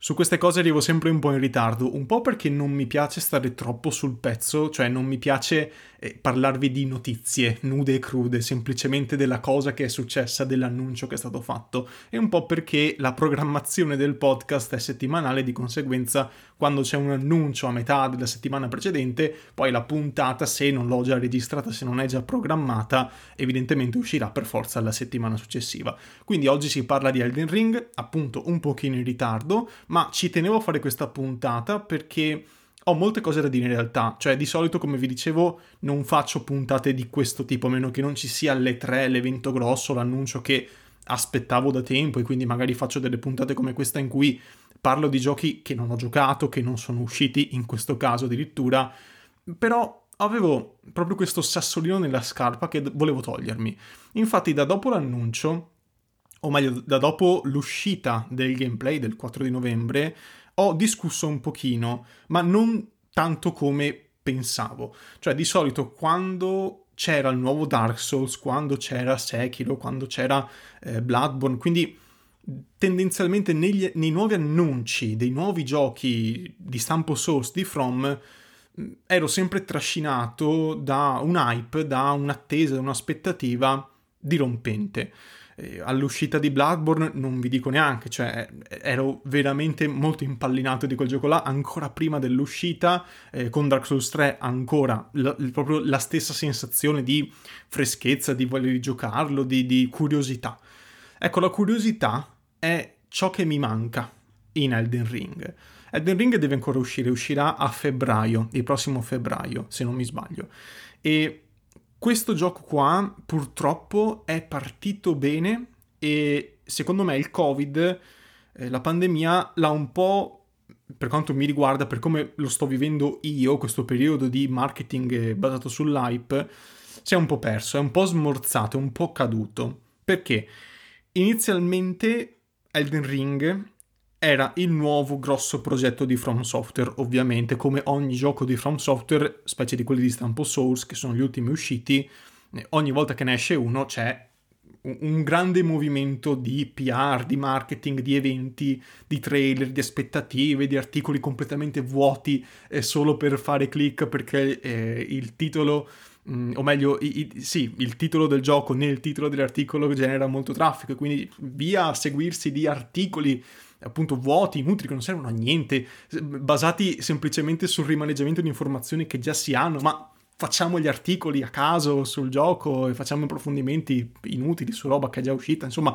su queste cose arrivo sempre un po' in ritardo, un po' perché non mi piace stare troppo sul pezzo, cioè non mi piace parlarvi di notizie nude e crude, semplicemente della cosa che è successa, dell'annuncio che è stato fatto, e un po' perché la programmazione del podcast è settimanale, di conseguenza quando c'è un annuncio a metà della settimana precedente, poi la puntata, se non l'ho già registrata, se non è già programmata, evidentemente uscirà per forza la settimana successiva. Quindi oggi si parla di Elden Ring, appunto un pochino in ritardo, ma ci tenevo a fare questa puntata perché ho molte cose da dire in realtà, cioè di solito, come vi dicevo, non faccio puntate di questo tipo, a meno che non ci sia alle 3 l'evento grosso, l'annuncio che aspettavo da tempo, e quindi magari faccio delle puntate come questa in cui parlo di giochi che non ho giocato, che non sono usciti, in questo caso addirittura, però avevo proprio questo sassolino nella scarpa che volevo togliermi. Infatti da dopo l'annuncio, o meglio da dopo l'uscita del gameplay del 4 di novembre, ho discusso un pochino, ma non tanto come pensavo. Cioè di solito quando c'era il nuovo Dark Souls, quando c'era Sekiro, quando c'era Bloodborne, quindi tendenzialmente nei nuovi annunci dei nuovi giochi di stampo Souls di From ero sempre trascinato da un hype, da un'attesa, da un'aspettativa dirompente. All'uscita di Bloodborne non vi dico neanche, cioè ero veramente molto impallinato di quel gioco là ancora prima dell'uscita, con Dark Souls 3 ancora proprio la stessa sensazione di freschezza, di voglia di giocarlo, di curiosità. Ecco, la curiosità è ciò che mi manca in Elden Ring. Elden Ring deve ancora uscire, uscirà a febbraio, il prossimo febbraio, se non mi sbaglio. E questo gioco qua purtroppo è partito bene e secondo me il Covid, la pandemia, l'ha un po', per quanto mi riguarda, per come lo sto vivendo io, questo periodo di marketing basato sull'hype, si è un po' perso, è un po' smorzato, è un po' caduto. Perché? Inizialmente Elden Ring era il nuovo grosso progetto di From Software, ovviamente, come ogni gioco di From Software, specie di quelli di stampo Souls, che sono gli ultimi usciti, ogni volta che ne esce uno c'è un grande movimento di PR, di marketing, di eventi, di trailer, di aspettative, di articoli completamente vuoti solo per fare click perché il titolo, o meglio, sì, il titolo del gioco nel titolo dell'articolo genera molto traffico, e quindi via a seguirsi di articoli appunto vuoti, inutili, che non servono a niente, basati semplicemente sul rimaneggiamento di informazioni che già si hanno, ma facciamo gli articoli a caso sul gioco e facciamo approfondimenti inutili su roba che è già uscita, insomma.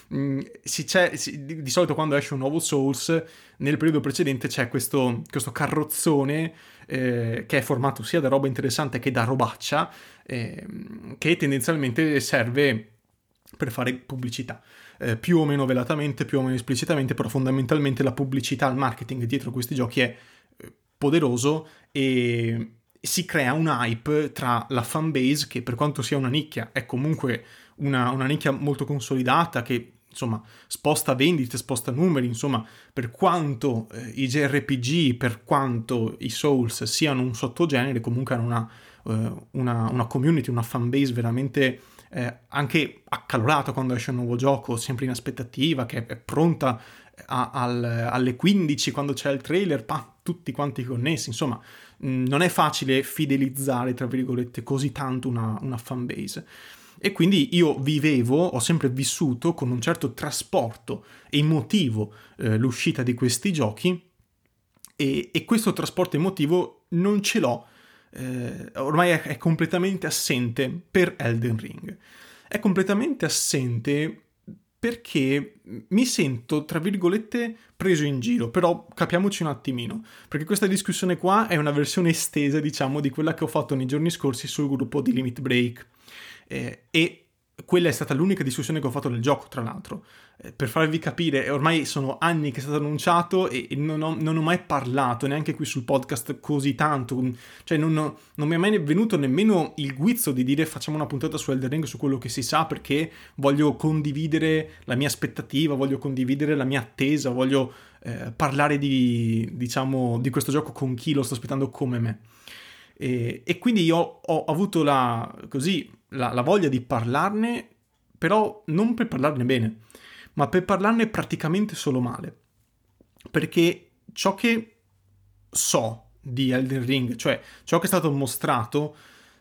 Di solito quando esce un nuovo Souls, nel periodo precedente c'è questo carrozzone che è formato sia da roba interessante che da robaccia, che tendenzialmente serve per fare pubblicità, più o meno velatamente, più o meno esplicitamente, però fondamentalmente la pubblicità, il marketing dietro questi giochi è poderoso e si crea un hype tra la fanbase, che per quanto sia una nicchia è comunque una nicchia molto consolidata, che insomma sposta vendite, sposta numeri, insomma, per quanto i JRPG, per quanto i Souls siano un sottogenere, comunque hanno una community, una fanbase veramente anche accalorata quando esce un nuovo gioco, sempre in aspettativa, che è pronta alle 15 quando c'è il trailer, tutti quanti connessi, insomma. Non è facile fidelizzare, tra virgolette, così tanto una fanbase. E quindi io ho sempre vissuto con un certo trasporto emotivo l'uscita di questi giochi, e questo trasporto emotivo non ce l'ho, ormai è completamente assente per Elden Ring. È completamente assente perché mi sento, tra virgolette, preso in giro, però capiamoci un attimino, perché questa discussione qua è una versione estesa, diciamo, di quella che ho fatto nei giorni scorsi sul gruppo di Limit Break, e quella è stata l'unica discussione che ho fatto del gioco, tra l'altro. Per farvi capire, ormai sono anni che è stato annunciato e non ho mai parlato, neanche qui sul podcast, così tanto. Cioè non mi è mai venuto nemmeno il guizzo di dire facciamo una puntata su Elden Ring, su quello che si sa, perché voglio condividere la mia aspettativa, voglio condividere la mia attesa, voglio parlare di questo gioco con chi lo sta aspettando come me. E quindi io ho avuto la voglia di parlarne, però non per parlarne bene, ma per parlarne praticamente solo male. perché ciò che so di Elden Ring, cioè ciò che è stato mostrato,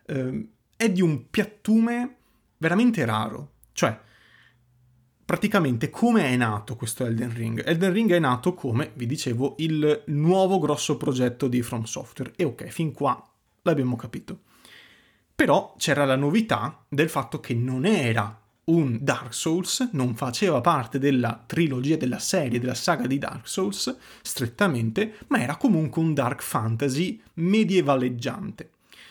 è di un piattume veramente raro. Cioè, praticamente come è nato questo Elden Ring? Elden Ring è nato come, vi dicevo, il nuovo grosso progetto di From Software. E ok, fin qua l'abbiamo capito. Però c'era la novità del fatto che non era un Dark Souls, non faceva parte della trilogia, della serie, della saga di Dark Souls, strettamente, ma era comunque un dark fantasy medievaleggiante.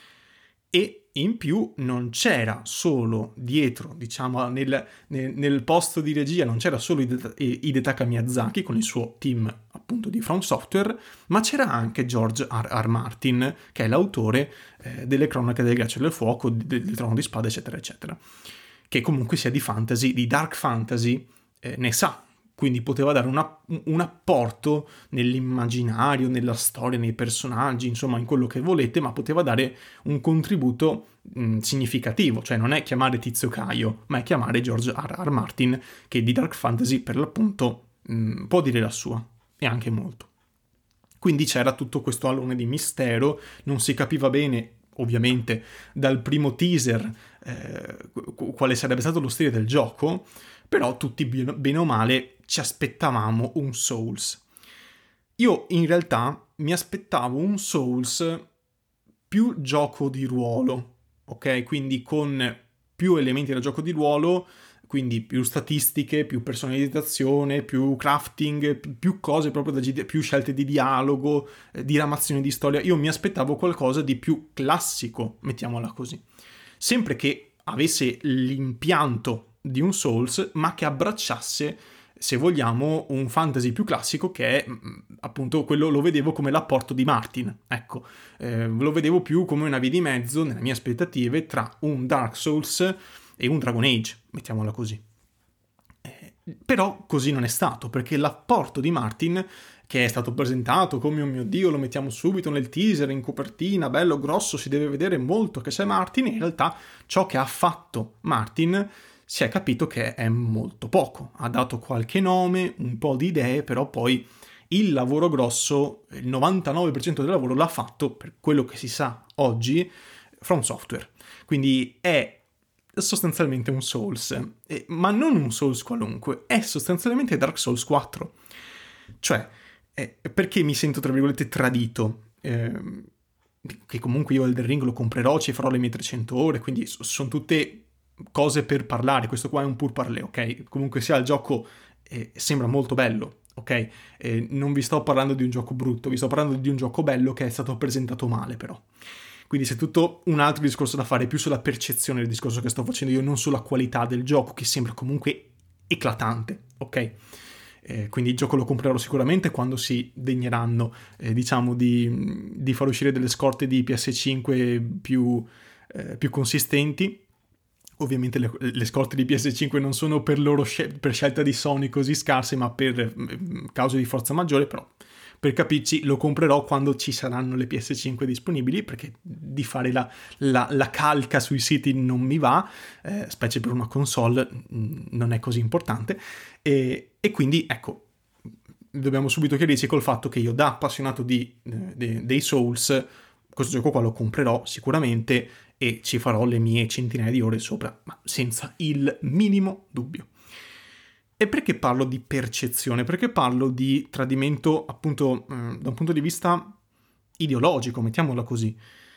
E in più non c'era solo dietro, diciamo, nel posto di regia, non c'era solo Hidetaka Miyazaki con il suo team appunto di From Software, ma c'era anche George R.R. Martin, che è l'autore delle Cronache del Ghiaccio e del Fuoco, del Trono di Spade, eccetera, eccetera. Che comunque sia di fantasy, di dark fantasy, ne sa. Quindi poteva dare un apporto nell'immaginario, nella storia, nei personaggi, insomma in quello che volete, ma poteva dare un contributo significativo. Cioè non è chiamare Tizio Caio, ma è chiamare George R.R. Martin, che di dark fantasy per l'appunto può dire la sua, e anche molto. Quindi c'era tutto questo alone di mistero, non si capiva bene, ovviamente, dal primo teaser quale sarebbe stato lo stile del gioco, però tutti bene o male ci aspettavamo un Souls. Io in realtà mi aspettavo un Souls più gioco di ruolo, ok? Quindi con più elementi da gioco di ruolo, quindi più statistiche, più personalizzazione, più crafting, più cose proprio più scelte di dialogo, diramazione di storia. Io mi aspettavo qualcosa di più classico, mettiamola così. Sempre che avesse l'impianto di un Souls, ma che abbracciasse, se vogliamo, un fantasy più classico che è appunto quello, lo vedevo come l'apporto di Martin, ecco, lo vedevo più come una via di mezzo, nelle mie aspettative, tra un Dark Souls e un Dragon Age, mettiamola così. Però così non è stato, perché l'apporto di Martin, che è stato presentato come oh mio Dio, lo mettiamo subito nel teaser, in copertina, bello grosso, si deve vedere molto che c'è Martin, e in realtà ciò che ha fatto Martin si è capito che è molto poco. Ha dato qualche nome, un po' di idee, però poi il lavoro grosso, il 99% del lavoro l'ha fatto, per quello che si sa oggi, From Software. Quindi è sostanzialmente un Souls, ma non un Souls qualunque, è sostanzialmente Dark Souls 4. Cioè, perché mi sento tra virgolette tradito? Che comunque io Elden Ring lo comprerò, ci farò le mie 300 ore, quindi sono tutte cose per parlare. Questo qua è un pur parler, ok? Comunque sia, il gioco sembra molto bello, ok? Non vi sto parlando di un gioco brutto, vi sto parlando di un gioco bello che è stato presentato male, però. Quindi c'è tutto un altro discorso da fare, più sulla percezione del discorso che sto facendo io, non sulla qualità del gioco, che sembra comunque eclatante, ok? Quindi il gioco lo comprerò sicuramente quando si degneranno, diciamo, di far uscire delle scorte di PS5 più consistenti. Ovviamente le scorte di PS5 non sono per loro per scelta di Sony così scarse, ma per cause di forza maggiore, però per capirci lo comprerò quando ci saranno le PS5 disponibili, perché di fare la calca sui siti non mi va, specie per una console non è così importante, e quindi ecco, dobbiamo subito chiarirci col fatto che io, da appassionato dei Souls, questo gioco qua lo comprerò sicuramente e ci farò le mie centinaia di ore sopra, ma senza il minimo dubbio. E perché parlo di percezione? Perché parlo di tradimento, appunto, da un punto di vista ideologico, mettiamola così.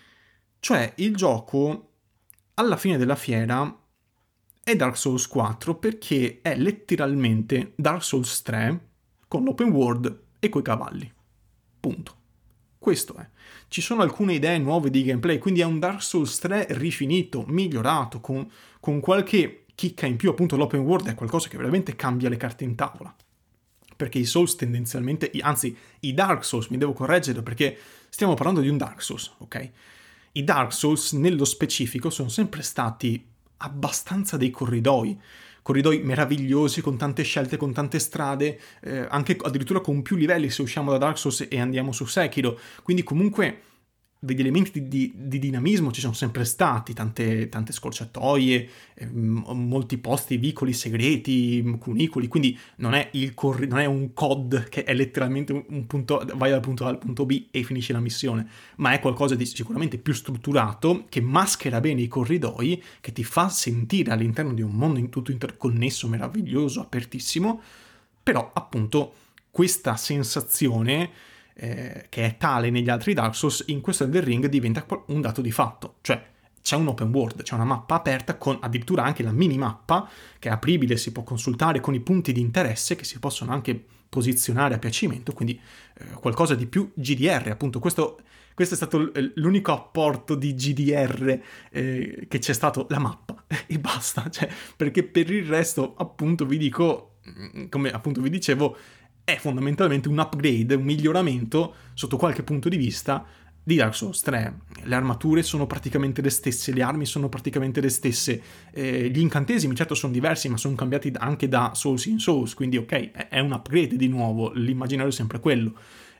Cioè, il gioco, alla fine della fiera, è Dark Souls 4 perché è letteralmente Dark Souls 3 con l'open world e coi cavalli. Punto. Questo è. Ci sono alcune idee nuove di gameplay, quindi è un Dark Souls 3 rifinito, migliorato, con qualche chicca in più. Appunto l'open world è qualcosa che veramente cambia le carte in tavola, perché i Souls tendenzialmente, anzi i Dark Souls, mi devo correggere perché stiamo parlando di un Dark Souls, ok? I Dark Souls nello specifico sono sempre stati abbastanza dei corridoi meravigliosi, con tante scelte, con tante strade, anche addirittura con più livelli se usciamo da Dark Souls e andiamo su Sekiro, quindi comunque degli elementi di dinamismo ci sono sempre stati, tante scorciatoie, molti posti, vicoli segreti, cunicoli, quindi non è un COD che è letteralmente un punto, vai dal punto A al punto B e finisci la missione, ma è qualcosa di sicuramente più strutturato, che maschera bene i corridoi, che ti fa sentire all'interno di un mondo tutto interconnesso, meraviglioso, apertissimo, però appunto questa sensazione che è tale negli altri Dark Souls, in questo Elden Ring diventa un dato di fatto, cioè c'è un open world, c'è una mappa aperta con addirittura anche la minimappa che è apribile, si può consultare con i punti di interesse che si possono anche posizionare a piacimento, quindi qualcosa di più GDR, appunto questo è stato l'unico apporto di GDR che c'è stato, la mappa, e basta, cioè, perché per il resto appunto vi dico, come appunto vi dicevo, è fondamentalmente un upgrade, un miglioramento sotto qualche punto di vista di Dark Souls 3. Le armature sono praticamente le stesse, le armi sono praticamente le stesse, gli incantesimi certo sono diversi, ma sono cambiati anche da Souls in Souls, quindi ok, è un upgrade di nuovo, l'immaginario è sempre quello.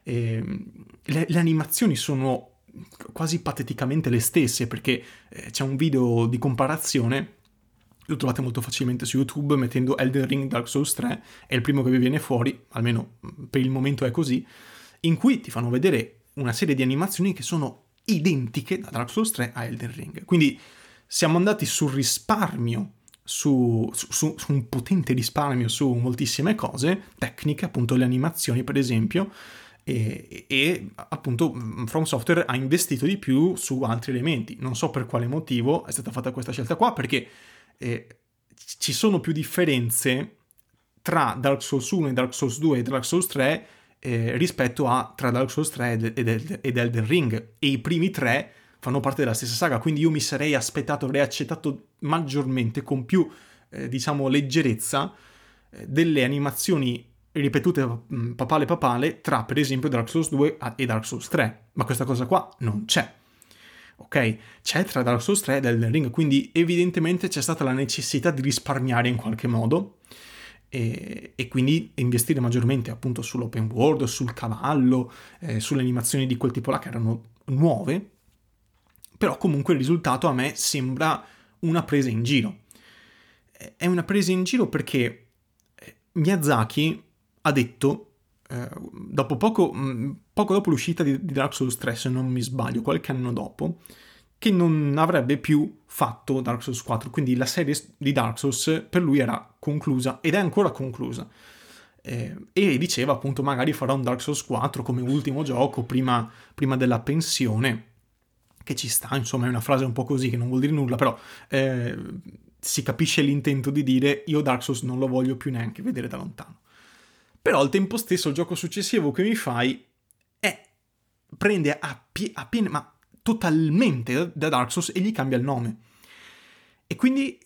Le animazioni sono quasi pateticamente le stesse, perché c'è un video di comparazione, lo trovate molto facilmente su YouTube mettendo Elden Ring Dark Souls 3, è il primo che vi viene fuori, almeno per il momento è così, in cui ti fanno vedere una serie di animazioni che sono identiche da Dark Souls 3 a Elden Ring. Quindi siamo andati sul risparmio, su un potente risparmio su moltissime cose, tecniche, appunto le animazioni per esempio, e appunto From Software ha investito di più su altri elementi. Non so per quale motivo è stata fatta questa scelta qua, perché ci sono più differenze tra Dark Souls 1 e Dark Souls 2 e Dark Souls 3 rispetto a tra Dark Souls 3 ed Elden Ring, e i primi tre fanno parte della stessa saga, quindi io mi sarei aspettato, avrei accettato maggiormente, con più diciamo leggerezza, delle animazioni ripetute papale tra per esempio Dark Souls 2 e Dark Souls 3, ma questa cosa qua non c'è. Ok, c'è tra Dark Souls 3 ed Elden Ring, quindi evidentemente c'è stata la necessità di risparmiare in qualche modo e quindi investire maggiormente appunto sull'open world, sul cavallo, sulle animazioni di quel tipo là che erano nuove, però comunque il risultato a me sembra una presa in giro. È una presa in giro perché Miyazaki ha detto, poco dopo l'uscita di Dark Souls 3, se non mi sbaglio, qualche anno dopo, che non avrebbe più fatto Dark Souls 4, quindi la serie di Dark Souls per lui era conclusa, ed è ancora conclusa. E diceva appunto magari farà un Dark Souls 4 come ultimo gioco prima della pensione, che ci sta, insomma è una frase un po' così che non vuol dire nulla, però si capisce l'intento di dire io Dark Souls non lo voglio più neanche vedere da lontano. Però al tempo stesso il gioco successivo che mi fai prende ma totalmente da Dark Souls e gli cambia il nome. E quindi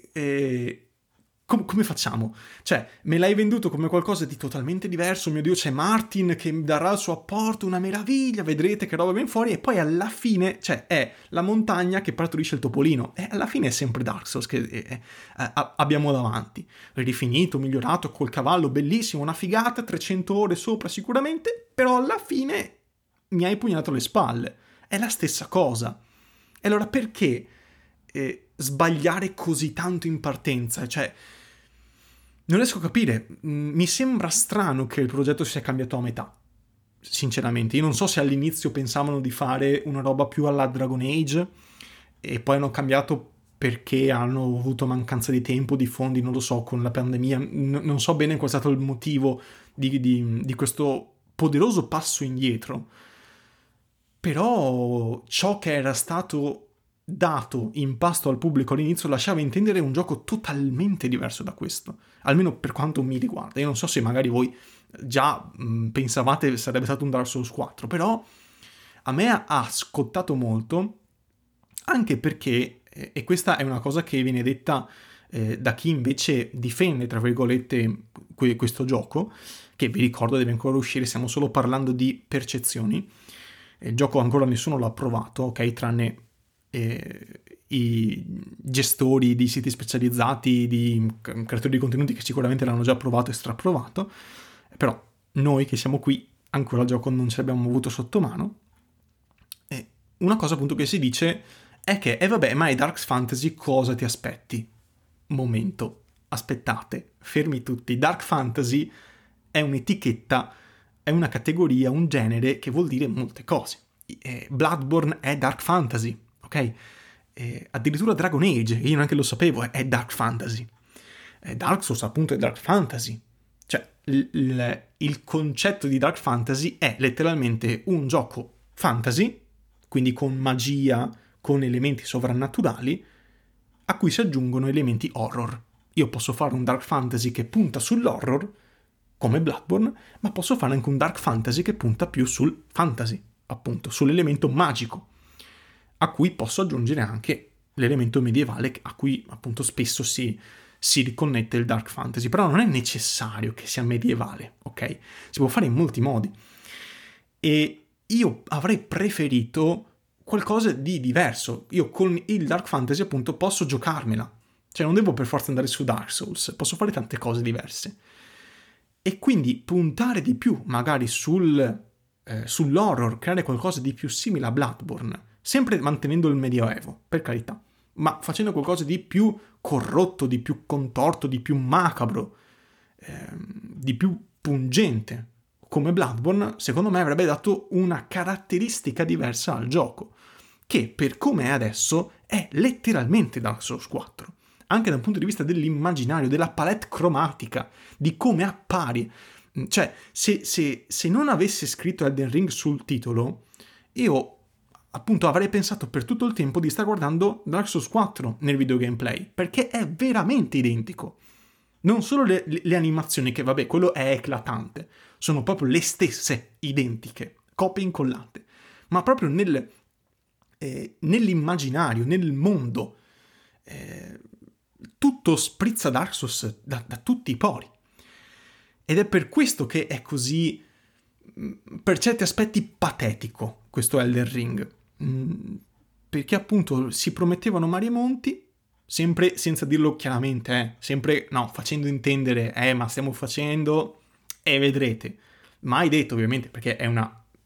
come facciamo? Cioè, me l'hai venduto come qualcosa di totalmente diverso, mio Dio, c'è Martin che darà il suo apporto, una meraviglia, vedrete che roba ben fuori, e poi alla fine, cioè, è la montagna che partorisce il topolino, e alla fine è sempre Dark Souls che abbiamo davanti. Rifinito, migliorato, col cavallo, bellissimo, una figata, 300 ore sopra sicuramente, però alla fine mi hai pugnato le spalle. È la stessa cosa. E allora perché sbagliare così tanto in partenza? Cioè, non riesco a capire. Mi sembra strano che il progetto sia cambiato a metà, sinceramente. Io non so se all'inizio pensavano di fare una roba più alla Dragon Age e poi hanno cambiato perché hanno avuto mancanza di tempo, di fondi, non lo so, con la pandemia. Non so bene qual è stato il motivo di questo poderoso passo indietro. Però ciò che era stato dato in pasto al pubblico all'inizio lasciava intendere un gioco totalmente diverso da questo, almeno per quanto mi riguarda. Io non so se magari voi già pensavate sarebbe stato un Dark Souls 4, però a me ha scottato molto, anche perché, e questa è una cosa che viene detta da chi invece difende, tra virgolette, questo gioco, che vi ricordo deve ancora uscire, stiamo solo parlando di percezioni. Il gioco ancora nessuno l'ha provato, ok, tranne i gestori di siti specializzati, di creatori di contenuti che sicuramente l'hanno già provato e straprovato, però noi che siamo qui ancora il gioco non ce l'abbiamo avuto sotto mano. una cosa appunto che si dice è che, vabbè, ma è Dark Fantasy, cosa ti aspetti? Momento, aspettate, fermi tutti. Dark Fantasy è un'etichetta, è una categoria, un genere che vuol dire molte cose. Bloodborne è Dark Fantasy, ok? Addirittura Dragon Age, io neanche lo sapevo, è Dark Fantasy. Dark Souls appunto è Dark Fantasy. Cioè, il concetto di Dark Fantasy è letteralmente un gioco fantasy, quindi con magia, con elementi sovrannaturali, a cui si aggiungono elementi horror. Io posso fare un Dark Fantasy che punta sull'horror, come Bloodborne, ma posso fare anche un Dark Fantasy che punta più sul fantasy, appunto, sull'elemento magico, a cui posso aggiungere anche l'elemento medievale a cui appunto spesso si riconnette il Dark Fantasy, però non è necessario che sia medievale, ok? Si può fare in molti modi. E io avrei preferito qualcosa di diverso. Io con il Dark Fantasy appunto posso giocarmela, cioè non devo per forza andare su Dark Souls, posso fare tante cose diverse. E quindi puntare di più magari sull'horror, creare qualcosa di più simile a Bloodborne, sempre mantenendo il medioevo, per carità, ma facendo qualcosa di più corrotto, di più contorto, di più macabro, di più pungente, come Bloodborne, secondo me avrebbe dato una caratteristica diversa al gioco, che per come è adesso è letteralmente Dark Souls 4, anche dal punto di vista dell'immaginario, della palette cromatica, di come appari. Cioè, se non avesse scritto Elden Ring sul titolo, io appunto avrei pensato per tutto il tempo di star guardando Dark Souls 4 nel video gameplay, perché è veramente identico. Non solo le animazioni, che vabbè, quello è eclatante, sono proprio le stesse, identiche, copie incollate, ma proprio nell'immaginario, nel mondo, tutto sprizza Dark Souls da tutti i pori. Ed è per questo che è così, per certi aspetti, patetico questo Elden Ring. Perché appunto si promettevano mari e monti, sempre senza dirlo chiaramente, sempre no, facendo intendere, ma stiamo facendo, e vedrete. Mai detto ovviamente, perché è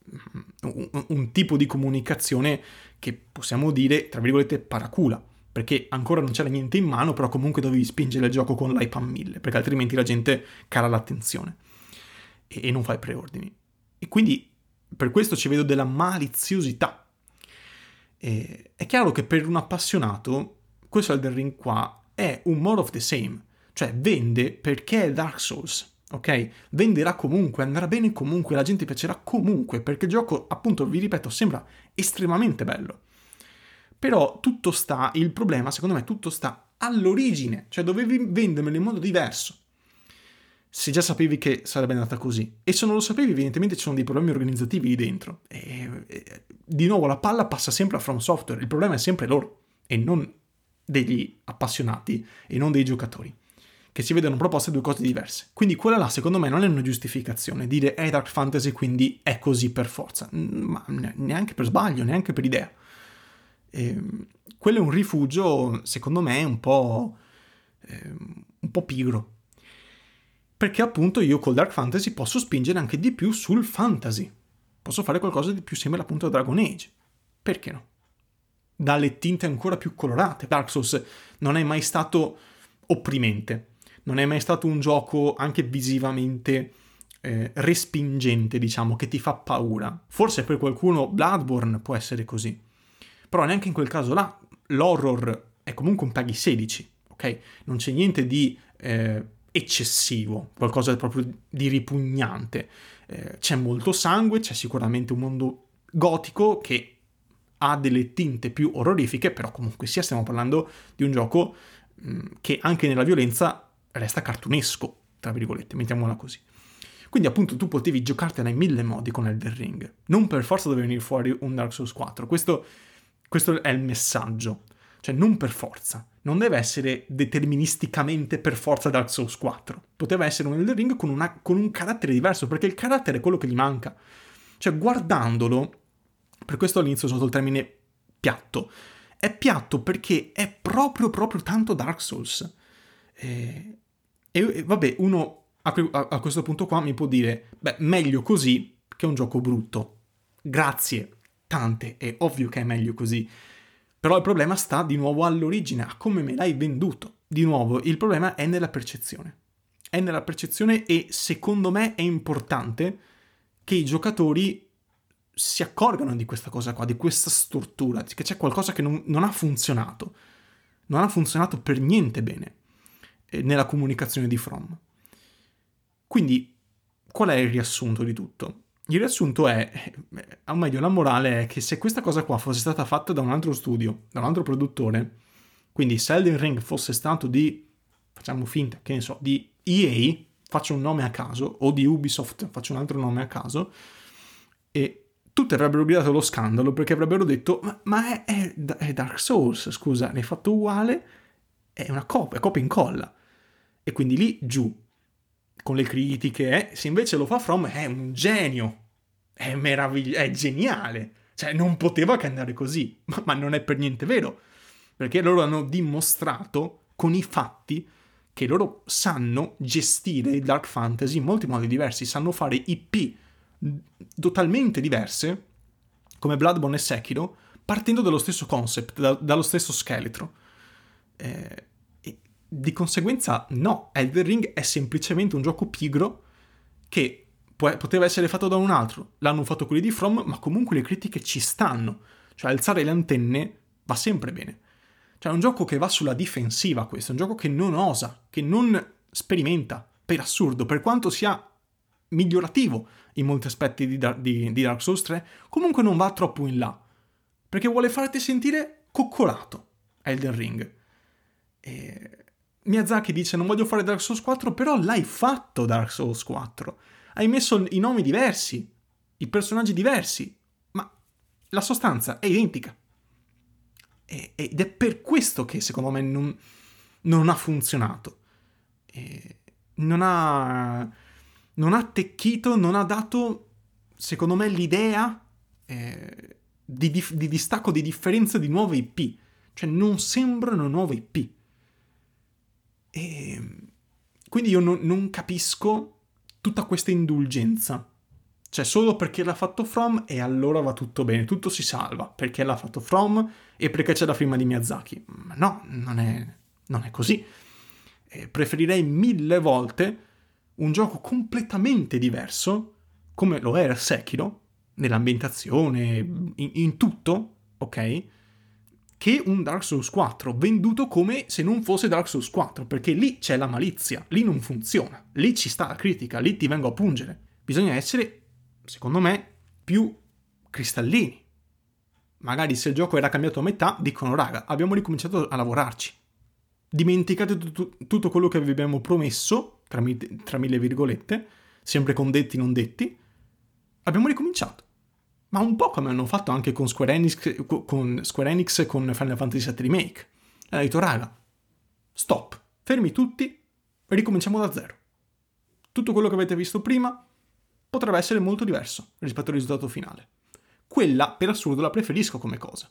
un tipo di comunicazione che possiamo dire, tra virgolette, paracula, perché ancora non c'era niente in mano, però comunque dovevi spingere il gioco con l'hype a 1000, perché altrimenti la gente cala l'attenzione e non fa i preordini. E quindi per questo ci vedo della maliziosità. E è chiaro che per un appassionato questo Elden Ring qua è un more of the same, cioè vende perché è Dark Souls, ok? Venderà comunque, andrà bene comunque, la gente piacerà comunque, perché il gioco, appunto, vi ripeto, sembra estremamente bello. Però tutto sta, il problema secondo me tutto sta all'origine, cioè dovevi vendermelo in modo diverso. Se già sapevi che sarebbe andata così, e se non lo sapevi evidentemente ci sono dei problemi organizzativi lì dentro, e di nuovo la palla passa sempre a From Software, il problema è sempre loro e non degli appassionati e non dei giocatori, che si vedono proposte due cose diverse. Quindi quella là secondo me non è una giustificazione, dire è Dark Fantasy quindi è così per forza, ma neanche per sbaglio, neanche per idea. Quello è un rifugio secondo me un po' pigro, perché appunto io col Dark Fantasy posso spingere anche di più sul fantasy, posso fare qualcosa di più simile appunto a Dragon Age, perché no? Dalle tinte ancora più colorate. Dark Souls non è mai stato opprimente, non è mai stato un gioco anche visivamente respingente, diciamo, che ti fa paura. Forse per qualcuno Bloodborne può essere così, però neanche in quel caso là l'horror è comunque un PEGI 16, ok? Non c'è niente di eccessivo, qualcosa proprio di ripugnante. C'è molto sangue, c'è sicuramente un mondo gotico che ha delle tinte più orrorifiche, però comunque sia stiamo parlando di un gioco che anche nella violenza resta cartunesco, tra virgolette, mettiamola così. Quindi appunto tu potevi giocartela in 1000 modi con Elden Ring, non per forza deve venire fuori un Dark Souls 4, questo è il messaggio, cioè non per forza, non deve essere deterministicamente per forza Dark Souls 4, poteva essere un Elden Ring con un carattere diverso, perché il carattere è quello che gli manca, cioè guardandolo, per questo all'inizio ho usato il termine piatto, è piatto perché è proprio tanto Dark Souls, e vabbè, uno a questo punto qua mi può dire, beh, meglio così che un gioco brutto, grazie, tante, è ovvio che è meglio così. Però il problema sta di nuovo all'origine, a come me l'hai venduto. Di nuovo, il problema è nella percezione. È nella percezione e secondo me è importante che i giocatori si accorgano di questa cosa qua, di questa stortura, che c'è qualcosa che non ha funzionato. Non ha funzionato per niente bene nella comunicazione di From. Quindi, qual è il riassunto di tutto? Il riassunto è, o meglio, la morale è che se questa cosa qua fosse stata fatta da un altro studio, da un altro produttore, quindi se Elden Ring fosse stato di, facciamo finta, che ne so, di EA, faccio un nome a caso, o di Ubisoft, faccio un altro nome a caso, e tutti avrebbero gridato lo scandalo perché avrebbero detto ma è Dark Souls, scusa, l'hai fatto uguale, è una copia, copia e incolla. E quindi lì giù, con le critiche, se invece lo fa From è un genio, è meraviglioso, è geniale, cioè non poteva che andare così, ma non è per niente vero, perché loro hanno dimostrato con i fatti che loro sanno gestire il Dark Fantasy in molti modi diversi, sanno fare IP totalmente diverse, come Bloodborne e Sekiro, partendo dallo stesso concept, dallo stesso scheletro. Di conseguenza no, Elden Ring è semplicemente un gioco pigro che poteva essere fatto da un altro, l'hanno fatto quelli di From, ma comunque le critiche ci stanno, cioè alzare le antenne va sempre bene. Cioè è un gioco che va sulla difensiva, questo è un gioco che non osa, che non sperimenta, per assurdo, per quanto sia migliorativo in molti aspetti di Dark Souls 3, comunque non va troppo in là, perché vuole farti sentire coccolato Elden Ring. E Miyazaki dice non voglio fare Dark Souls 4, però l'hai fatto Dark Souls 4. Hai messo i nomi diversi, i personaggi diversi, ma la sostanza è identica. Ed è per questo che secondo me non ha funzionato. Non ha attecchito, non ha dato, secondo me, l'idea di distacco, di differenza di nuove IP. Cioè non sembrano nuove IP. E quindi io non capisco tutta questa indulgenza. Cioè solo perché l'ha fatto From e allora va tutto bene, tutto si salva, perché l'ha fatto From e perché c'è la firma di Miyazaki. Ma no, non è così. Preferirei 1000 volte un gioco completamente diverso, come lo era Sekiro, nell'ambientazione, in tutto, ok? Che un Dark Souls 4 venduto come se non fosse Dark Souls 4, perché lì c'è la malizia, lì non funziona, lì ci sta la critica, lì ti vengo a pungere. Bisogna essere, secondo me, più cristallini. Magari se il gioco era cambiato a metà, dicono raga, abbiamo ricominciato a lavorarci. Dimenticate tutto quello che vi abbiamo promesso, tra mille virgolette, sempre con detti non detti, abbiamo ricominciato. Ma un po' come hanno fatto anche con Square Enix con Final Fantasy VII Remake. Hanno detto, raga, stop, fermi tutti, ricominciamo da zero. Tutto quello che avete visto prima potrebbe essere molto diverso rispetto al risultato finale. Quella, per assurdo, la preferisco come cosa.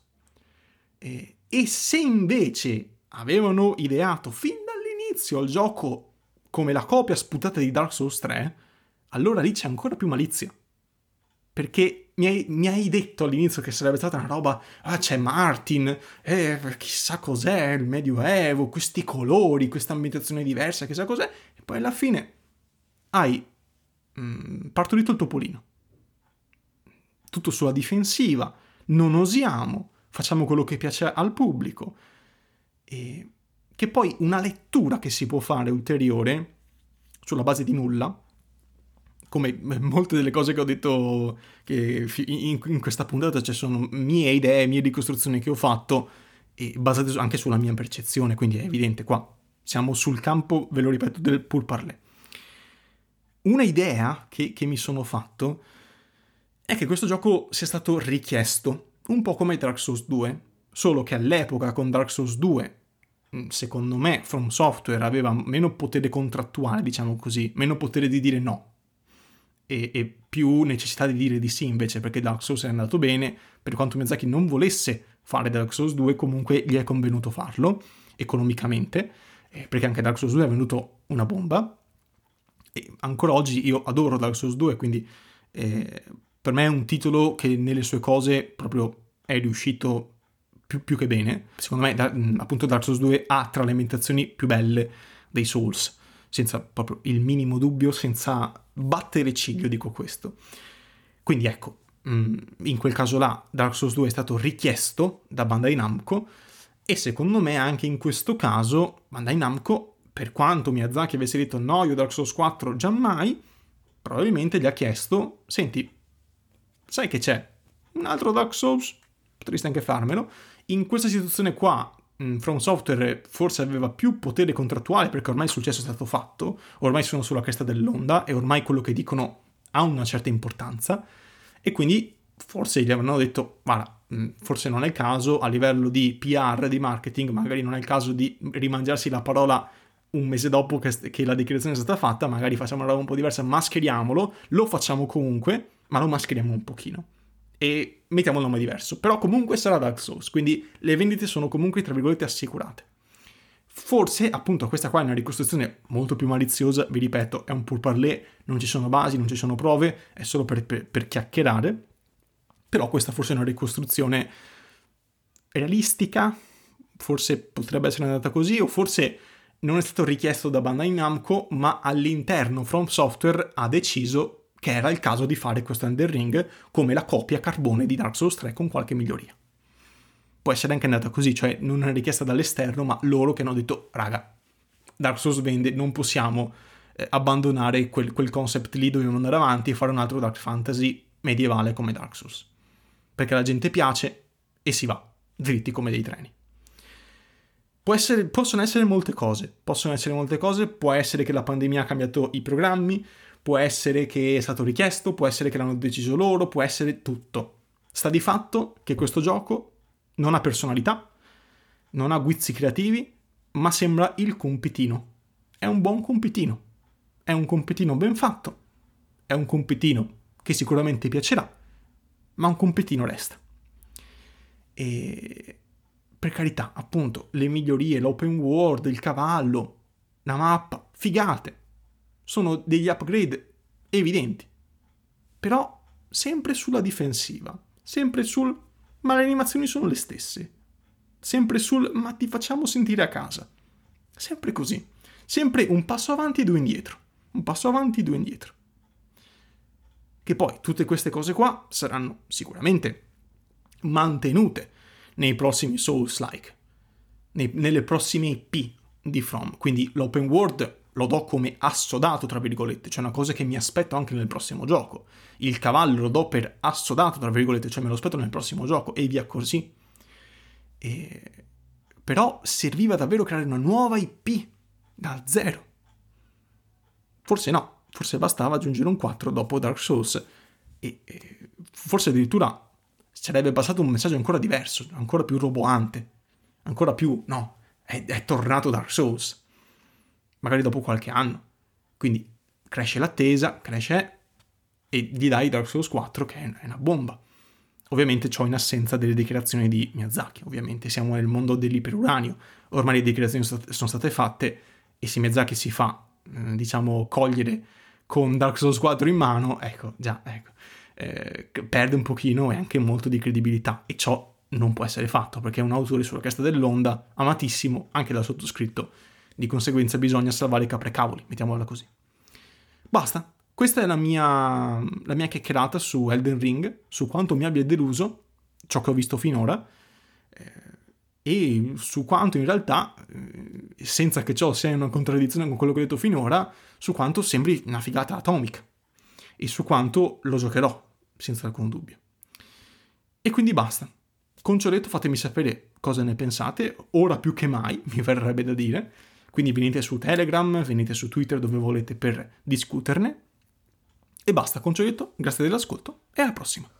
E se invece avevano ideato fin dall'inizio il gioco come la copia sputata di Dark Souls 3, allora lì c'è ancora più malizia. Perché mi hai detto all'inizio che sarebbe stata una roba, c'è Martin, chissà cos'è il Medioevo, questi colori, questa ambientazione diversa, chissà cos'è, e poi alla fine hai partorito il topolino. Tutto sulla difensiva, non osiamo, facciamo quello che piace al pubblico, e che poi una lettura che si può fare ulteriore, sulla base di nulla, come molte delle cose che ho detto che in questa puntata, cioè sono mie idee, mie ricostruzioni che ho fatto e basate anche sulla mia percezione, quindi è evidente qua siamo sul campo, ve lo ripeto, del pur parler. Una idea che mi sono fatto è che questo gioco sia stato richiesto un po' come Dark Souls 2, solo che all'epoca con Dark Souls 2 secondo me From Software aveva meno potere contrattuale, diciamo così, meno potere di dire no e più necessità di dire di sì invece, perché Dark Souls è andato bene, per quanto Miyazaki non volesse fare Dark Souls 2 comunque gli è convenuto farlo economicamente, perché anche Dark Souls 2 è venuto una bomba e ancora oggi io adoro Dark Souls 2, quindi Per me è un titolo che nelle sue cose proprio è riuscito più che bene. Secondo me, appunto, Dark Souls 2 ha tra le ambientazioni più belle dei Souls, senza proprio il minimo dubbio, senza battere ciglio, dico questo. Quindi ecco, in quel caso là Dark Souls 2 è stato richiesto da Bandai Namco, e secondo me anche in questo caso Bandai Namco, per quanto Miyazaki avesse detto no, io Dark Souls 4 giammai, probabilmente gli ha chiesto: senti, sai che c'è un altro Dark Souls? Potresti anche farmelo. In questa situazione qua From Software forse aveva più potere contrattuale, perché ormai il successo è stato fatto, ormai sono sulla cresta dell'onda e ormai quello che dicono ha una certa importanza, e quindi forse gli avranno detto: guarda, forse non è il caso, a livello di PR, di marketing, magari non è il caso di rimangiarsi la parola un mese dopo che la dichiarazione è stata fatta, magari facciamo una roba un po' diversa, mascheriamolo, lo facciamo comunque, ma lo mascheriamo un pochino e mettiamo il nome diverso, però comunque sarà Dark Souls, quindi le vendite sono comunque tra virgolette assicurate. Forse appunto questa qua è una ricostruzione molto più maliziosa, vi ripeto, è un pourparlers, non ci sono basi, non ci sono prove, è solo per chiacchierare, però questa forse è una ricostruzione realistica, forse potrebbe essere andata così, o forse non è stato richiesto da Bandai Namco, ma all'interno From Software ha deciso che era il caso di fare questo Elden Ring come la copia carbone di Dark Souls 3 con qualche miglioria. Può essere anche andata così, cioè non è richiesta dall'esterno, ma loro che hanno detto: raga, Dark Souls vende, non possiamo abbandonare quel concept lì, dobbiamo andare avanti e fare un altro Dark Fantasy medievale come Dark Souls. Perché la gente piace e si va, dritti come dei treni. Possono essere molte cose, può essere che la pandemia ha cambiato i programmi, può essere che è stato richiesto, può essere che l'hanno deciso loro, può essere tutto. Sta di fatto che questo gioco non ha personalità, non ha guizzi creativi, ma sembra il compitino. È un buon compitino, è un compitino ben fatto, è un compitino che sicuramente piacerà, ma un compitino resta. E per carità, appunto, le migliorie, l'open world, il cavallo, la mappa, figate, sono degli upgrade evidenti, però sempre sulla difensiva, sempre sul ma le animazioni sono le stesse, sempre sul ma ti facciamo sentire a casa, sempre così, sempre un passo avanti e due indietro, un passo avanti e due indietro. Che poi tutte queste cose qua saranno sicuramente mantenute nei prossimi Souls-like, nelle prossime IP di From, quindi l'open world lo do come assodato, tra virgolette, cioè una cosa che mi aspetto anche nel prossimo gioco. Il cavallo lo do per assodato, tra virgolette, cioè me lo aspetto nel prossimo gioco, e via così. Però serviva davvero creare una nuova IP da zero. Forse no, forse bastava aggiungere un 4 dopo Dark Souls e forse addirittura sarebbe passato un messaggio ancora diverso, ancora più roboante, ancora più, no, è tornato Dark Souls, magari dopo qualche anno. Quindi cresce l'attesa, cresce, e gli dai Dark Souls 4 che è una bomba. Ovviamente ciò in assenza delle dichiarazioni di Miyazaki, ovviamente siamo nel mondo dell'iperuranio, ormai le dichiarazioni sono state fatte, e se Miyazaki si fa, diciamo, cogliere con Dark Souls 4 in mano, perde un pochino e anche molto di credibilità, e ciò non può essere fatto perché è un autore sulla cresta dell'onda, amatissimo anche dal sottoscritto, di conseguenza bisogna salvare i capricavoli, mettiamola così. Basta, questa è la mia chiacchierata su Elden Ring, su quanto mi abbia deluso ciò che ho visto finora, e su quanto in realtà, senza che ciò sia una contraddizione con quello che ho detto finora, su quanto sembri una figata atomica, e su quanto lo giocherò, senza alcun dubbio. E quindi basta. Con ciò detto, fatemi sapere cosa ne pensate, ora più che mai, mi verrebbe da dire. Quindi venite su Telegram, venite su Twitter, dove volete, per discuterne. E basta, con ciò detto, grazie dell'ascolto e alla prossima.